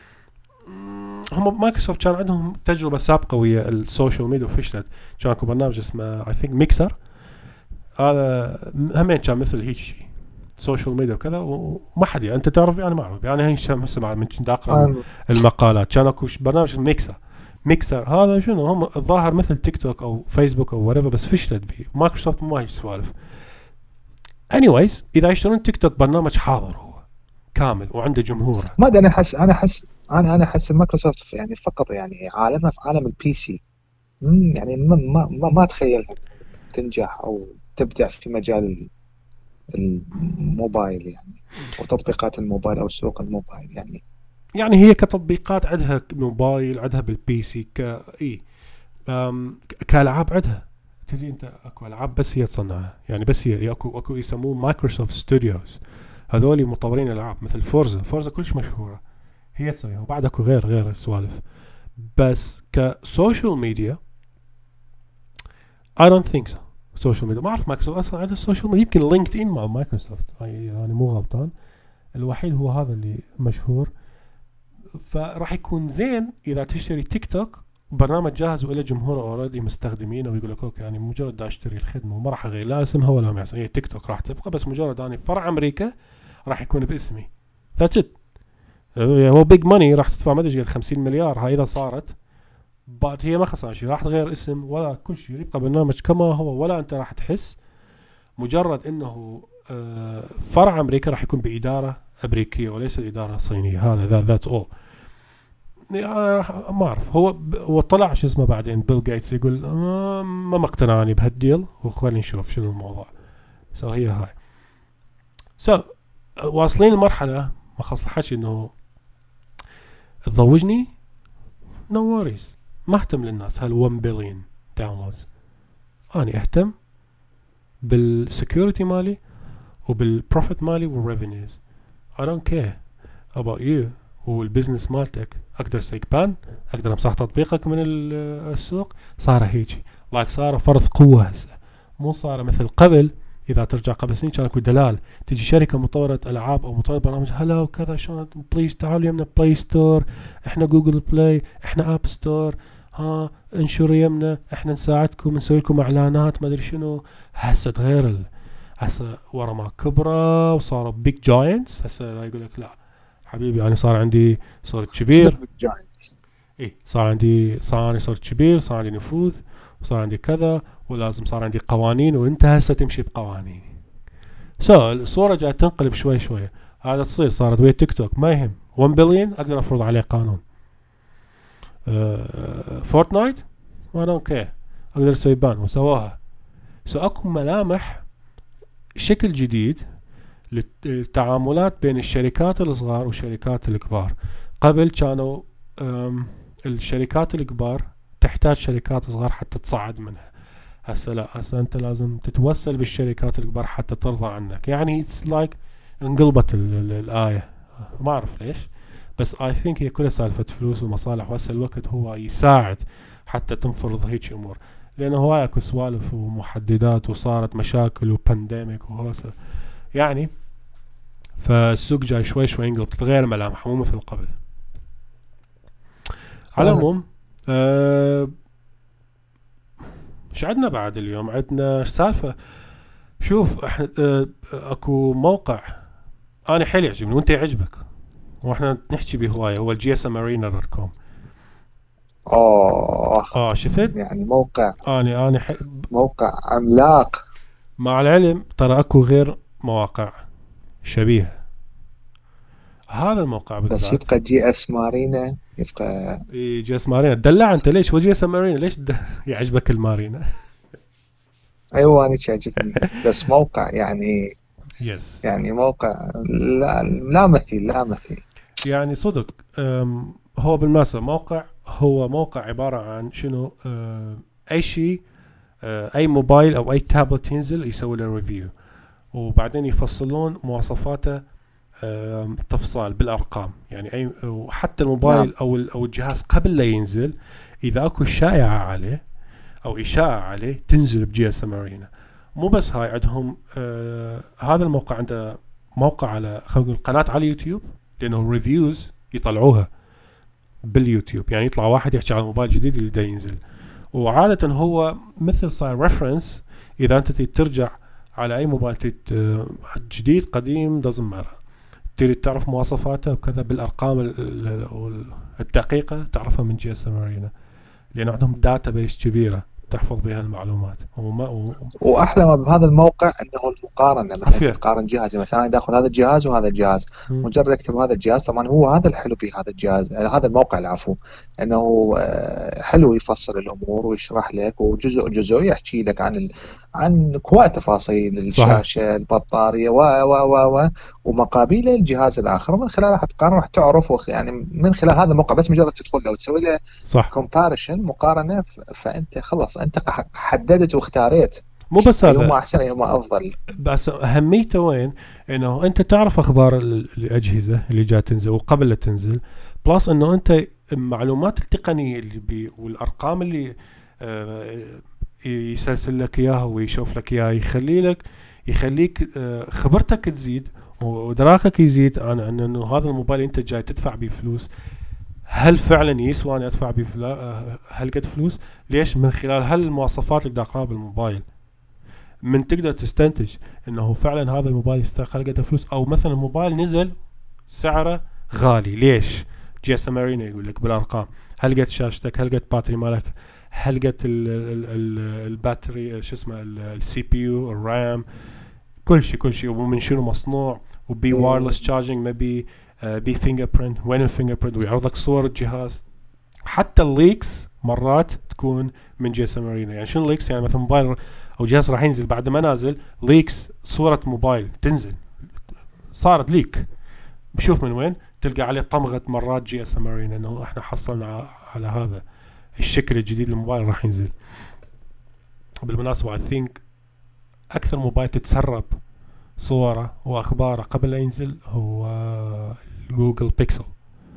هم مايكروسوفت كان عندهم تجربه سابقه ويا السوشيال ميديا وفشلت. كان اكو برنامج اسمه اي ثينك ميكسر. هذا همين كان مثل هيك شيء سوشيال ميديا وكذا وما حد انت تعرف يعني ما اعرف يعني هي سمع من كنت اقرا المقالات. كان اكو برنامج ميكسر هذا شنو هم الظاهر مثل تيك توك او فيسبوك او whatever بس فشلت به. مايكروسوفت ما هي سوالف. anyways اذا يشترون تيك توك برنامج حاضر هو كامل وعنده جمهوره. ما ادري انا احس مايكروسوفت يعني فقط يعني عالمها في عالم البي سي. يعني ما اتخيلها تنجح او تبدع في مجال الموبايل يعني وتطبيقات الموبايل او سوق الموبايل يعني هي كتطبيقات عندها موبايل عندها بالبي سي كالعاب عندها. تدري انت اكو العاب بس هي تصنعها يعني بس هي اكو يسموه مايكروسوفت ستوديوز. هذول مطورين العاب مثل فورزا كلش مشهوره هي تسويها. وبعد اكو غير سوالف. بس كسوشيال ميديا I don't think so. سوشيال ميديا ما اعرف مايكروسوفت اصلا عندها سوشيال ميديا. يمكن لينكد ان مع مايكروسوفت يعني مو غلطان. الوحيد هو هذا اللي مشهور. فراح يكون زين اذا تشتري تيك توك برنامج جاهز وله جمهور اوريدي مستخدمين ويقول لك اوكي يعني مجرد اشتري الخدمه وما راح اغير لا اسمها ولا ما هي تيك توك راح تبقى بس مجرد اني فرع امريكا راح يكون باسمي. ذاتس ات. هو بيج ماني راح تدفع ما ادري 50 مليار هاي اذا صارت. بعد هي ما خسران شيء راح تغير اسم ولا كل شيء يبقى برنامج كما هو ولا انت راح تحس. مجرد انه فرع امريكا راح يكون باداره امريكيه وليس اداره صينيه. هذا ذاتس اول. ما اعرف. هو طلع شو اسمه بعدين بيل جيتس يقول ما مقتنعني بهالديل وخلينا نشوف شنو الموضوع. هي هاي واصلين المرحله ما خلص الحكي انه تضوجني نو وريز. ما اهتم للناس هال 1 بليون داونلودز. انا اهتم بالسكيورتي مالي وبالبروفيت مالي والريفينيوز. I don't care about you والبزنس مالتك. اقدر اسويك بان اقدر امسح تطبيقك من السوق. صار هيجي صار فرض قوة هسه مو صار مثل قبل اذا ترجع قبل سنين كان اكو دلال، تجي شركه مطوره العاب او مطوره برامج، هلا وكذا شلون بليز تعالوا يمنا بلاي ستور، احنا جوجل بلاي، احنا اب ستور، ها انشروا يمنا، احنا نساعدكم، نسوي لكم اعلانات، ما ادري شنو. هسه تغير هسه ورا ما كبروا وصاروا بيج جاينتس، هسه يقول لك لا حبيبي انا صار عندي، صرت كبير، ايه صرت كبير، صار عندي نفوذ، وصار عندي كذا، ولازم صار عندي قوانين، وانت هسه تمشي بقوانيني. الصورة جاي تنقلب شوي شوي. هذا تصير صارت ويا تيك توك، ما يهم 1 بليون اقدر افرض عليه قانون. فورتنايت ما دون كير، اقدر اسوي بان، وسواها. اكو ملامح شكل جديد للتعاملات بين الشركات الصغار والشركات الكبار. قبل كانوا الشركات الكبار تحتاج شركات صغار حتى تصعد منها. هسه لا، هسه انت لازم تتوسل بالشركات الكبار حتى ترضى عنك. يعني it's like انقلبت الآية، ما اعرف ليش، بس I think هي كلها سالفة فلوس ومصالح، وهسه الوقت هو يساعد حتى تنفرض هيك امور، لانه هواي اكو سوالف ومحددات، وصارت مشاكل وبانديميك وهوسه يعني. فالسوق جاي شوي شوي ينقلب، تتغير ملامح، مو مثل قبل. على العموم ايش عندنا بعد اليوم؟ عندنا سالفة. شوف احنا اكو موقع انا حيل يعجبني وانت يعجبك، واحنا نحكي بهواية، هو gsmarina.com. شفت يعني موقع، انا موقع عملاق. مع العلم ترى اكو غير مواقع شبيهة هذا الموقع بالذات، بس يبقى جي اس مارينا، يبقى جي اس مارينا. دلع انت ليش وجي اس مارينا ليش يعجبك المارينا؟ ايوه انا يعجبني، بس موقع يعني يس يعني موقع لا مثيل، لا مثيل يعني صدق. هو بالمناسبة هو موقع عبارة عن شنو؟ اي شيء، اي موبايل او اي تابلت ينزل يسوي له ريفيو، وبعدين يفصلون مواصفاته تفصيل بالارقام. يعني اي، وحتى الموبايل او الجهاز قبل لا ينزل، اذا اكو شائعة عليه او اشاعة عليه تنزل بجي اس مارينا. مو بس هاي، عندهم هذا الموقع عنده موقع على، خلينا نقول قناة على اليوتيوب، لانه ريفيوز يطلعوها باليوتيوب. يعني يطلع واحد يحكي على موبايل جديد اللي دا ينزل، وعادة هو مثل صار ريفرنس. اذا انت ترجع على اي موبايل جديد قديم doesn't matter، تريد تعرف مواصفاته وكذا بالارقام الدقيقة تعرفها من جي اس مارينا، لان عندهم داتا بيس كبيرة تحفظ بها المعلومات. واحلى ما بهذا الموقع انه المقارنه، مثلا تقارن جهاز، مثلا اذا اخذ هذا الجهاز وهذا الجهاز، مجرد اكتب هذا الجهاز. طبعا هو هذا الحلو في هذا الجهاز، هذا الموقع العفو، انه حلو يفصل الامور ويشرح لك، وجزء جزء يحكي لك عن كواء تفاصيل الشاشه، البطاريه و ومقابل الجهاز الاخر، ومن خلالها حتقارن، راح تعرف يعني من خلال هذا الموقع. بس مجرد تدخل له وتسوي له كومباريشن، مقارنه، فانت خلص انت حددت واختاريت مو بس هذا ايهما احسن ايهما افضل. بس اهميته وين؟ انه انت تعرف اخبار الاجهزه اللي جايه تنزل وقبل لا تنزل، بلس انه انت المعلومات التقنيه اللي والارقام اللي يسلسل لك اياها ويشوف لك اياها، يخليك خبرتك تزيد ودراكك يزيد عن انه هذا الموبايل انت جاي تدفع به فلوس، هل فعلا يسوى ان ادفع به هل قد فلوس؟ ليش؟ من خلال هالمواصفات اللي داخلها بالموبايل من تقدر تستنتج انه فعلا هذا الموبايل يستحق قد فلوس، او مثلا الموبايل نزل سعره غالي. ليش؟ جي اس مارينا يقول لك بالارقام، هل قد شاشتك، هل قد باتري مالك، هل قد الباتري شو اسمه السي بي يو، الرام، كل شيء، ومن شنو مصنوع، وبي وايرلس تشارجنج، ما بي بي فينجر برنت، وين الفينجر برنت، ويعرضك صور الجهاز. حتى الليكس مرات تكون من جي اس مارينا. يعني شنو الليكس؟ يعني مثلا موبايل او جهاز راح ينزل، بعد ما نازل ليكس صورة موبايل تنزل، صارت ليك، بشوف من وين تلقى عليه طمغة مرات جي اس مارينا، انه احنا حصلنا على هذا الشكل الجديد للموبايل راح ينزل. بالمناسبة I think اكثر موبايل تتسرب صوره واخباره قبل لا ينزل هو جوجل بيكسل،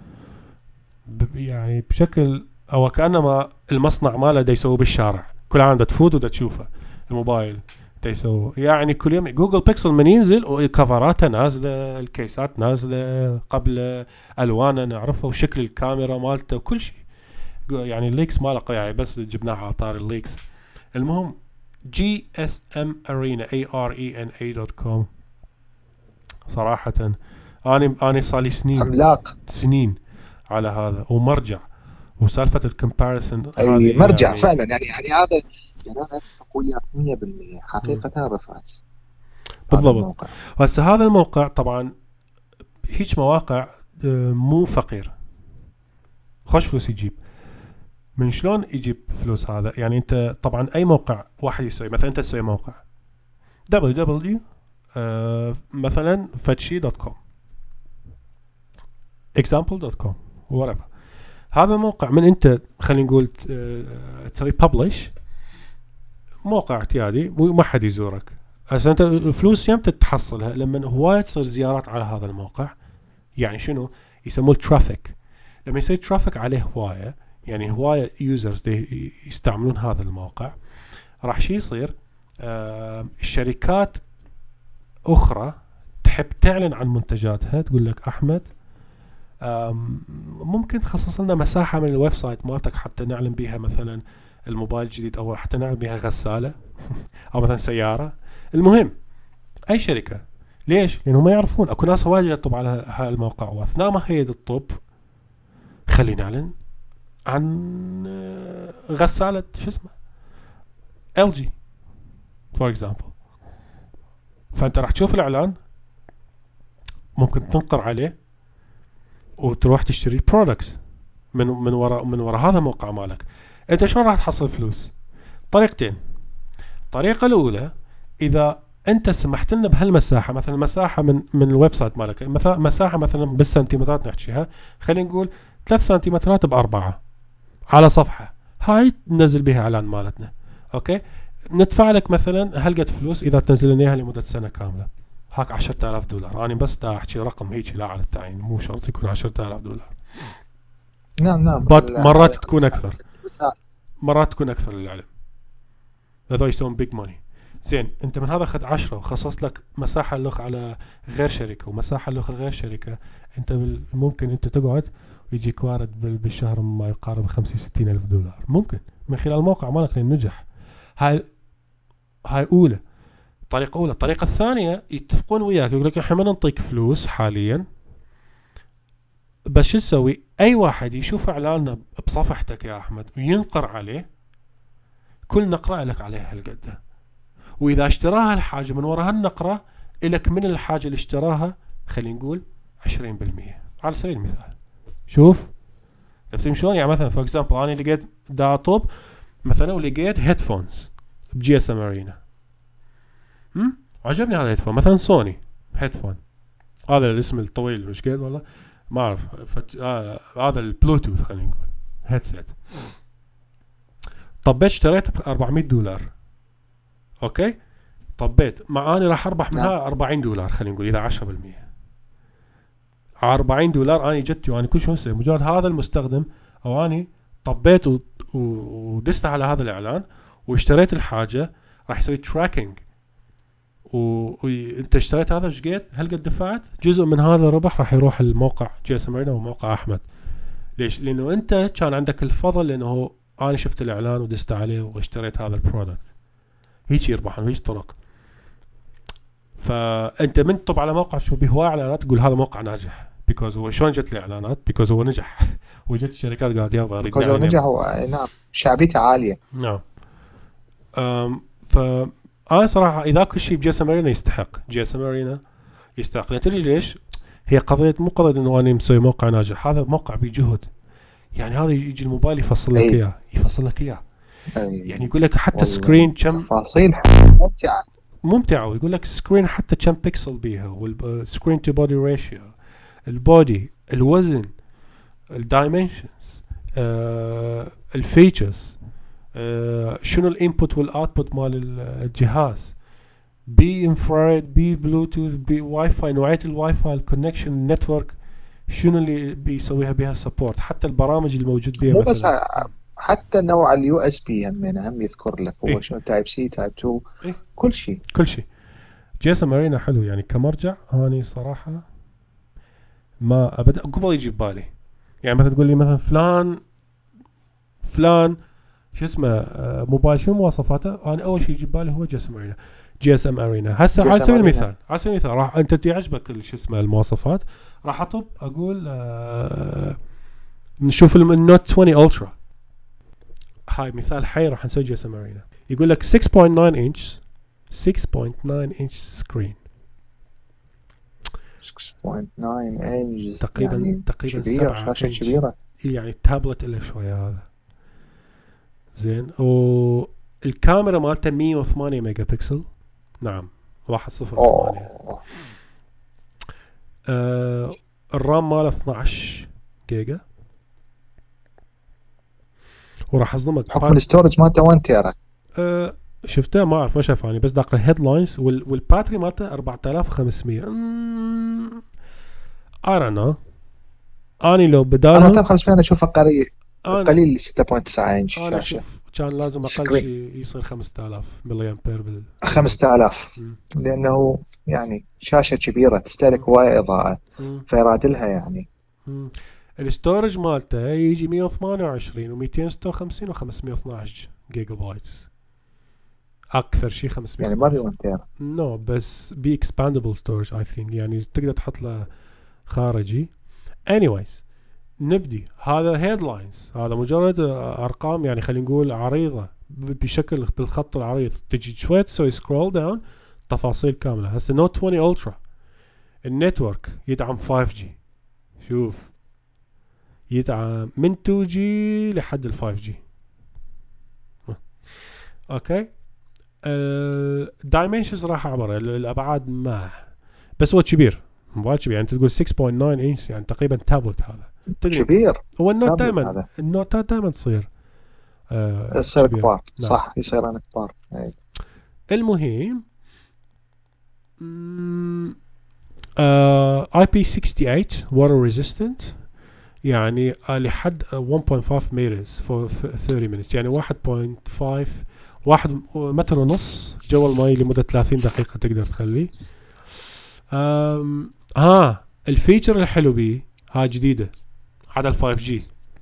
يعني بشكل او كأنما المصنع ماله دا يسوي بالشارع، كل عام دا تفوت ودا تشوفه الموبايل تيسوي يعني كل يوم جوجل بيكسل من ينزل وكفراته نازله، الكيسات نازله قبل، الوانه نعرفها وشكل الكاميرا مالته وكل شيء. يعني الليكس ما لقى يعني بس جبناها على طار الليكس. المهم GSM Arena arena.com صراحه اني صار لي سنين عملاق سنين على هذا ومرجع، وسالفه الكومباريسون اي هذه مرجع يعني فعلا. يعني هذا، يعني انا اتفق وياك 100% حقيقه رفعت هذا بالضبط. الموقع. هسه هذا الموقع طبعا هيك مواقع مو فقير، خوش فلوس يجيب. من شلون يجيب فلوس هذا؟ يعني انت طبعا اي موقع واحد يسوي، مثلا انت تسوي موقع www مثلا fatshi.com example.com whatever. هذا الموقع من انت خلينا نقول تسوي publish موقع اعتيادي وما حد يزورك، هسه انت الفلوس يمتى تحصلها؟ لما هواية تصير زيارات على هذا الموقع. يعني شنو يسموه الترافيك؟ لما يصير ترافيك عليه هواية، يعني هواية يوزرز يستعملون هذا الموقع، راح شي يصير الشركات أخرى تحب تعلن عن منتجاتها، تقول لك أحمد ممكن تخصص لنا مساحة من الويب سايت مالتك حتى نعلن بيها مثلا الموبايل الجديد، أو حتى نعلن بيها غسالة أو مثلا سيارة. المهم أي شركة. ليش؟ لأنهم ما يعرفون أكو ناس واجد يطب على هذا الموقع، وأثناء ما هي الطب خلينا نعلن عن غسالة شو اسمه LG for example. فأنت راح تشوف الإعلان، ممكن تنقر عليه وتروح تشتري products من وراء هذا الموقع مالك. أنت شلون راح تحصل فلوس؟ طريقتين. الطريقة الأولى، إذا أنت سمحت لنا بهالمساحة، مثلا مساحة من الويب سايت مالك، مساحة مثلا بالسنتيمترات نحكيها، خلينا نقول 3 سنتيمترات ب4 على صفحة، هاي ننزل بها إعلان مالتنا. أوكي، ندفع لك مثلا هلقة فلوس إذا تنزل لنا إياها لمدة سنة كاملة، هاك $10,000. أنا بس دا أحكي رقم هيك لا على التعيين، مو شرط يكون $10,000. نعم مرات تكون أكثر، مرات تكون أكثر للعلم. هذا يسوون بيج ماني. زين، أنت من هذا أخذ 10 وخصصت لك مساحة لغ على غير شركة ومساحة لغ غير شركة، أنت ممكن أنت تقعد ويجيك وارد بالشهر ما يقارب $50,000-60,000 ممكن من خلال الموقع مالك لأن نجح. هاي أولى، طريقة أولى. الطريقة الثانية، يتفقون وياك يقول لك إحنا ما ننطيك فلوس حاليا، بس شو تسوي؟ أي واحد يشوف إعلاننا بصفحتك يا أحمد وينقر عليه، كل نقرة لك عليها هالقدة، وإذا اشتراها الحاجة من وراء هالنقرة إلك من الحاجة اللي اشتراها خلينا نقول 20% على سبيل المثال. شوف تفهم شلون؟ يعني مثلا for example أنا لقيت داطب مثلا ولقيت هيدفونز بGSM Arena، عجبني هذا الهيدفون مثلا سوني هيدفون، هذا الاسم الطويل مش قد والله ما أعرف، هذا البلوتوث خلينا نقول هيدسيت. طبيت اشتريته $400. اوكي، طبيت مع اني راح اربح منها $40 خلينا نقول اذا 10%. $40 اني جتي وانا كل شيء مسوي مجرد هذا المستخدم، او اني طبيت ودست على هذا الاعلان واشتريت الحاجه، راح يسوي تراكنج وانت اشتريت هذا ايش قد هل قد دفعت، جزء من هذا الربح راح يروح الموقع GSM Arena وموقع احمد. ليش؟ لانه انت كان عندك الفضل، لانه انا شفت الاعلان ودست عليه واشتريت هذا البرودكت. هيك يربحون، هيك طرق. فانت من تطب على موقع شو بهواية اعلانات تقول هذا موقع ناجح، بيكوز هو شلون جت لي اعلانات؟ بيكوز هو نجح وجت الشركات قالت يابا اريد نعم نجح. نعم شعبيته عالية. نعم. فأنا صراحة إذا كل شيء GSM Arena يستحق، GSM Arena يستحق. تدري ليش؟ هي قضية مو قضية إنه أنا مسوي موقع ناجح، هذا موقع بجهد. يعني هذا يجي الموبايل يفصل لك إياه، يفصل لك إياه. يعني يقول لك حتى سكرين كم تفاصيل ممتعة، ويقول لك سكرين حتى كم بيكسل بيها، والسكرين تو بودي ريشيو، البودي، الوزن، الدايمنشنز، الفيتشرز، شنو الانبوت والاوتبوت مال الجهاز، بي انفراريد، بي بلوتوث، بي واي فاي، نوعية الواي فاي، الكونكشن، النتورك، شنو اللي بيسويها بها سبورت، حتى البرامج الموجود بها. مو بس حتى نوع اليو اس بي هم يذكر لك هو إيه؟ شنو تايب سي تايب 2 إيه؟ كل شيء. كل شيء. جيسم ارينا حلو يعني كمرجع، اني صراحه ما ابدا قبل يجي ببالي. يعني مثلا تقول لي مثلا فلان شو اسمه موبايل شو مواصفاته، انا اول شيء يجي ببالي هو جي اس ام ارينا. هسه على سبيل المثال راح انت تعجبك شو اسمه المواصفات، راح اطب اقول نشوف النوت 20 الترا، هاي مثال حي راح نسوي جي اس ام ارينا. يقول لك 6.9 انش 6.9 انش سكرين، 6.9 انش تقريبا يعني تقريبا كبير، 7 شاشة انش، كبيرة يعني تابلت إلا شوية هذا. زين. والكاميرا مالته 108 ميجا بكسل، نعم 108. اوه. الرام ماله 12 جيجا، وراح اصدمك بحكم الستورج مالته 1 تيرا. شفته ما اعرف ما شافاني، بس داقر الهيدلاينز والباتري مالته 4500. I don't know. اني لو بدالهم 4500 انا اشوفه قليل 6.9 انش انا شاشة. اشوف كان لازم اقل سكرين شيء يصير 5000 ملي امبير 5000 لانه يعني شاشة كبيرة تستهلك هواية اضاءة فيرادلها يعني. الستورج مالته يجي 128 و256 و512 جيجا بايت، اكثر شيء 500 يعني ما بي 1 تيرا. نو بس بي اكسباندبل ستورج اي ثينك، يعني تقدر تحط له خارجي. anyways نبدي. هذا هيدلاينز، هذا مجرد ارقام يعني خلينا نقول عريضه بشكل بالخط العريض، تجي شويه تسوي سكرول داون تفاصيل كامله. هسه نوت 20 الترا النتورك يدعم 5G، شوف يدعم من 2G لحد ال 5G. اوكي. الدايمنشنز راح اعبر الابعاد ما، بس هو كبير موبايل كبير، يعني تقول 6.9 انش يعني تقريبا تابلت. هذا كبير. هو النوت دائما النوتات دائما تصير يصير كبار. صح يصيرون كبار. المهم IP68 water resistant، يعني لحد 1.5 meters for 30 minutes، يعني 1.5 1 متر ونص جو الماء لمدة 30 دقيقة تقدر تخليه. الفيتشر الحلو بيه ها جديدة على ال 5G،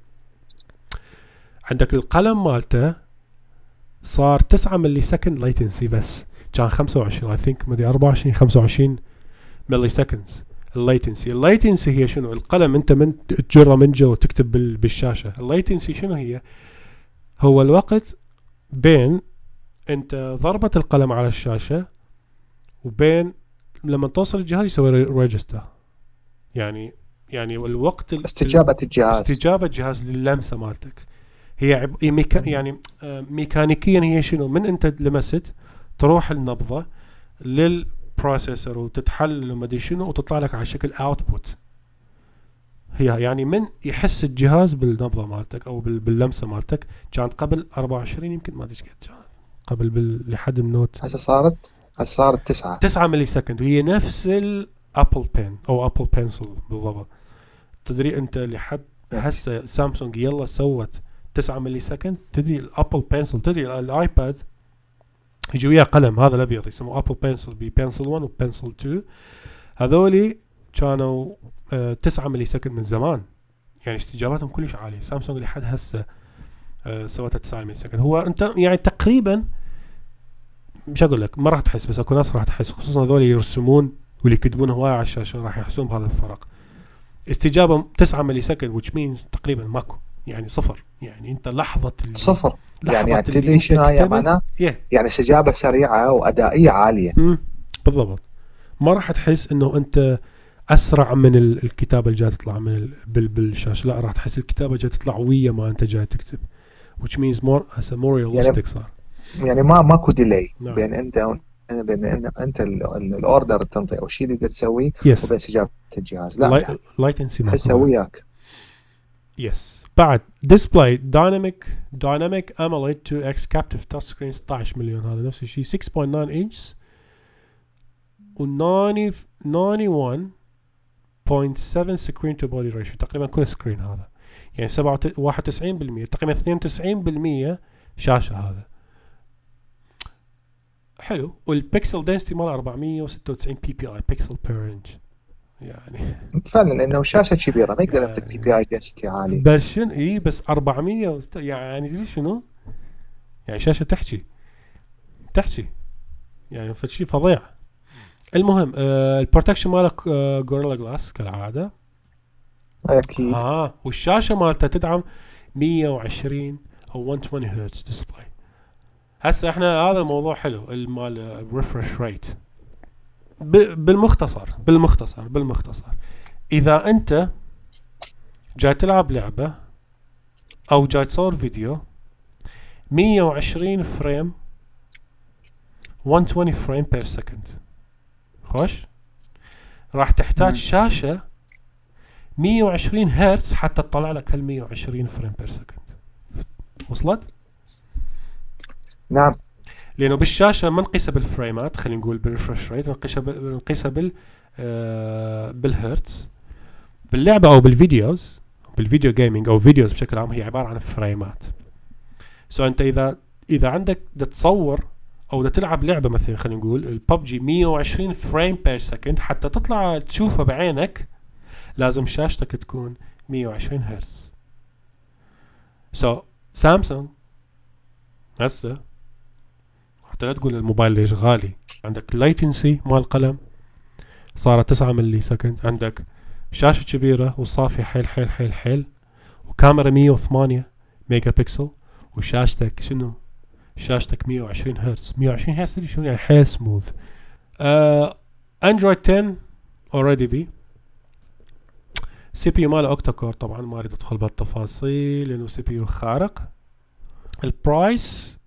عندك القلم مالته صار 9 ملي سكند latency، بس كان 25 I think مدري 24 25 ملي سكندز الليتنسي هي شنو؟ القلم انت من تجره من جو وتكتب بالشاشه. الليتنسي شنو هي؟ هو الوقت بين انت ضربة القلم على الشاشه وبين لما توصل الجهاز يسوي ريجستر، يعني الوقت استجابه الجهاز للمسه مالتك. هي يعني ميكانيكيا هي شنو؟ من انت لمست تروح النبضه للبروسيسور وتتحلل وما ادري شنو وتطلع لك على شكل اوتبوت. هي يعني من يحس الجهاز بالنبضه مالتك او باللمسه مالتك. كانت قبل 24 يمكن ما ادري قد قبل لحد النوت. هسه صارت 9 ملي سكند، وهي نفس الابل بين او ابل بنسل بالضبط. تدري انت لحد هسه سامسونج يلا سوت 9 ملي سكند. تدري الابل بنسل، تدري الايباد يجي وياه قلم هذا الابيض يسموه ابل بنسل، بنسل 1 وبنسل 2، هذولي كانوا 9 ملي سكند من زمان، يعني استجابتهم كلش عاليه. سامسونج لحد هسه سوتها 9 ملي سكند. هو انت يعني تقريبا مش اقول لك ما راح تحس، بس اكو ناس راح تحس، خصوصا هذول يرسمون واللي يكتبون هواي على الشاشه راح يحسون بهذا الفرق. استجابه 9 ملي سكند which means تقريبا ماكو، يعني صفر. يعني انت لحظه صفر، يعني تدري شنو هي معناه؟ يعني استجابه سريعه وادائيه عاليه. بالضبط. ما راح تحس انه انت اسرع من الكتابه اللي جايه تطلع من بالشاشه، لا راح تحس الكتابه جايه تطلع ويا ما انت جاي تكتب which means more realistic. صار يعني ماكو ديلي بين انت الاوردر تنطي او الشيء اللي تسويه وبين استجابه الجهاز. لا يعني لايتنسي تحسه وياك. يس. بعد ديسبلاي دايناميك AMOLED 2X captive touch screen 16 مليون، هذا نفس الشيء 6.9 انش و 91.7 screen to body ratio، تقريبا كل سكرين هذا. يعني 91% تقريبا 92% شاشة هذا. حلو. والبيكسل دنسيتي مال 496 بي بي اي بيكسل بير انش يعني. فعلا لانه شاشه كبيره ما يقدر ينطي بي بي يعني اي دنسيتي عالي. بس شنو بس 400 يعني تدري شنو يعني شاشة تحكي يعني فشي فظيع. المهم البروتكشن مالك جوريلا جلاس كالعادة. اكيد. والشاشة مالته تدعم 120 او 120 هرتز ديسبلاي. هسه احنا هذا الموضوع حلو المال ريفرش ريت. بالمختصر اذا انت جاي تلعب لعبة او جاي تصور فيديو 120 فريم 120 فريم بير سكند خوش راح تحتاج شاشة 120 هرتز حتى تطلع لك هال 120 فريم بير سكند. وصلت؟ نعم. لانه بالشاشه ما نقيسها بالفريمات، خلينا نقول بالريفرش ريت، نقيسها بالهرتز. باللعبه او بالفيديوز، بالفيديو جيمنج او فيديوز بشكل عام، هي عباره عن فريمات. انت اذا عندك تصور او تلعب لعبه مثلا، خلينا نقول الببجي 120 فريم بير سكند، حتى تطلع تشوفها بعينك لازم شاشتك تكون 120 هرتز. سامسونج هسه حتى لا تقول الموبايل ليش غالي، عندك لايتنسي مال القلم صارت 9 ملي سكند، عندك شاشة كبيرة وصافية حيل حيل حيل حيل، وكاميرا 108 ميجا بكسل، وشاشتك شنو؟ شاشتك 120 هرتز. 120 هرتز شنو يعني؟ حيل سموث. اندرويد 10 اوريدي بي سي بي يو ماله اوكتا كور، طبعا ما اريد ادخل بالتفاصيل لانه سي بي يو خارق. البرايس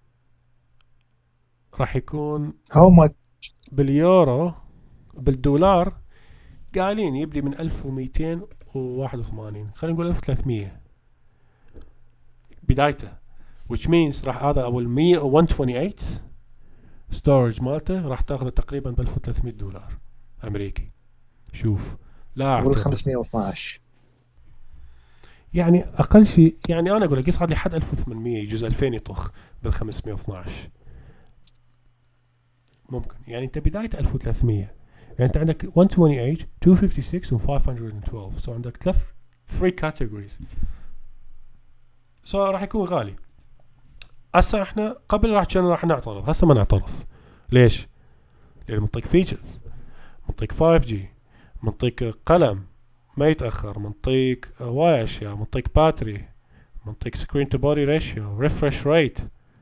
راح يكون باليورو، بالدولار قايلين يبدي من 1281، خلينا نقول 1300 بدايته، which means راح هذا اول 128 ستورج مالته راح تاخذه تقريبا ب $1300 امريكي. شوف لا اقول 512 يعني اقل شيء، يعني انا اقول لك يصعد لحد 1800، يجوز 2000 يطخ بال 512 ممكن. يعني انت بداية 1300، يعني انت عندك 128 256 و 512، سو عندك 3 كاتيجوريز، سو راح يكون غالي. هسه احنا قبل راح نعترض، هسه ما نعترض. ليش؟ لان منطيك فيتشرز، منطيك 5G، منطيك قلم ما يتاخر، منطيك هواي اشياء، منطيك باتري، منطيك سكرين تو بودي ريشيو، ريفرش ريت.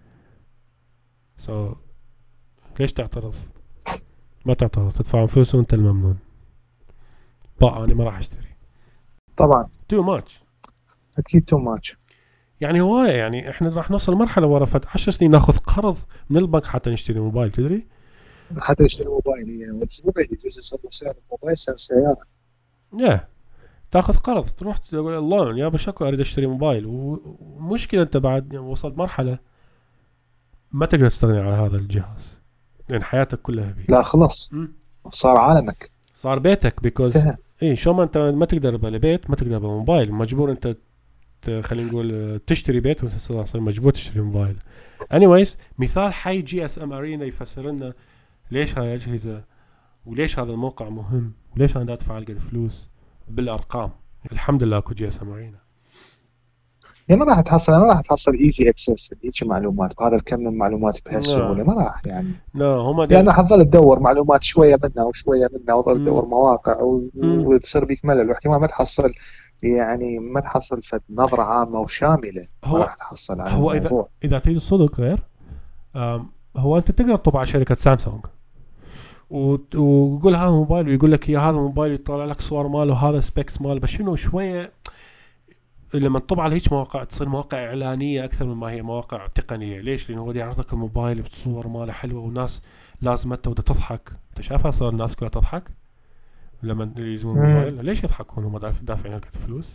سو ليش تعترض؟ ما تعترض، تدفع فلوس وانت الممنون. بقى انا ما راح اشتري طبعا. تو ماتش، اكيد تو ماتش. يعني هواية. يعني احنا راح نوصل مرحلة ورا 10 سنين ناخذ قرض من البنك حتى نشتري موبايل، تدري؟ حتى يشتري موبايل يعني والسبب يجوز يصير سعر الموبايل سعر سيارة. تاخذ قرض، تروح تقول اللون يا بشكو اريد اشتري موبايل، ومشكلة انت بعد يعني وصلت مرحلة ما تقدر تستغني عن هذا الجهاز لان حياتك كلها بيه. لا خلص صار عالمك، صار بيتك، بيكوز شو ما انت ما تقدر بالبيت، ما تقدر بالموبايل، مجبور انت خلينا نقول تشتري بيت وتصير مجبور تشتري موبايل. anyways مثال حي GSM Arena يفسر لنا ليش هاي الأجهزة وليش هذا الموقع مهم وليش أنا أدفع هالقد فلوس بالأرقام. الحمد لله اكو GSM Arena. يعني ما راح تحصل ايزي اكسس هيك معلومات بهذا الكم من معلومات بهالسهوله، ما راح يعني. هم يعني حتظل تدور معلومات شويه منها وشويه منها، وتظل تدور مواقع وتصير بيك ملل، واحتمال ما تحصل يعني ما تحصل فد نظره عامه وشامله. ما راح تحصل على هو الموضوع. اذا تريد الصدق غير هو انت تقدر تطبع على شركه سامسونج ويقول هذا موبايل، ويقول لك يا هذا موبايل، يطلع لك صور ماله وهذا سبيكس ماله، بس شنو شويه لما تطبع على هيك مواقع تصير مواقع اعلانيه اكثر مما هي مواقع تقنيه. ليش؟ لانه هو يعرض لك الموبايل بتصور ماله حلوه والناس لازمته وده تضحك. انت شايفها صار الناس كلها تضحك لما يجون الموبايل. ليش يضحكون؟ هم دافعين هالقد فلوس.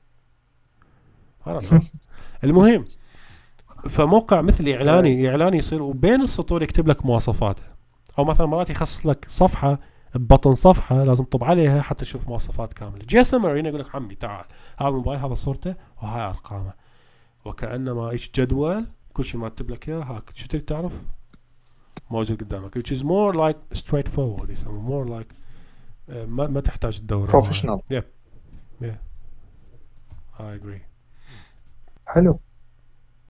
المهم فموقع مثل اعلاني يصير وبين السطور يكتب لك مواصفاته، او مثلا مرات يخصص لك صفحه ببطن صفحه لازم تطب عليها حتى تشوف مواصفات كامله. جي اس ام ار هنا يقول لك عمي تعال هذا الموبايل هذا صورته وهاي ارقامه، وكانما ايش جدول كل شيء مكتوب لك اياه هاك شو تريد تعرف موجود قدامك which is more like straightforward يسموه more like ما تحتاج تدور. professional. yeah I agree. حلو.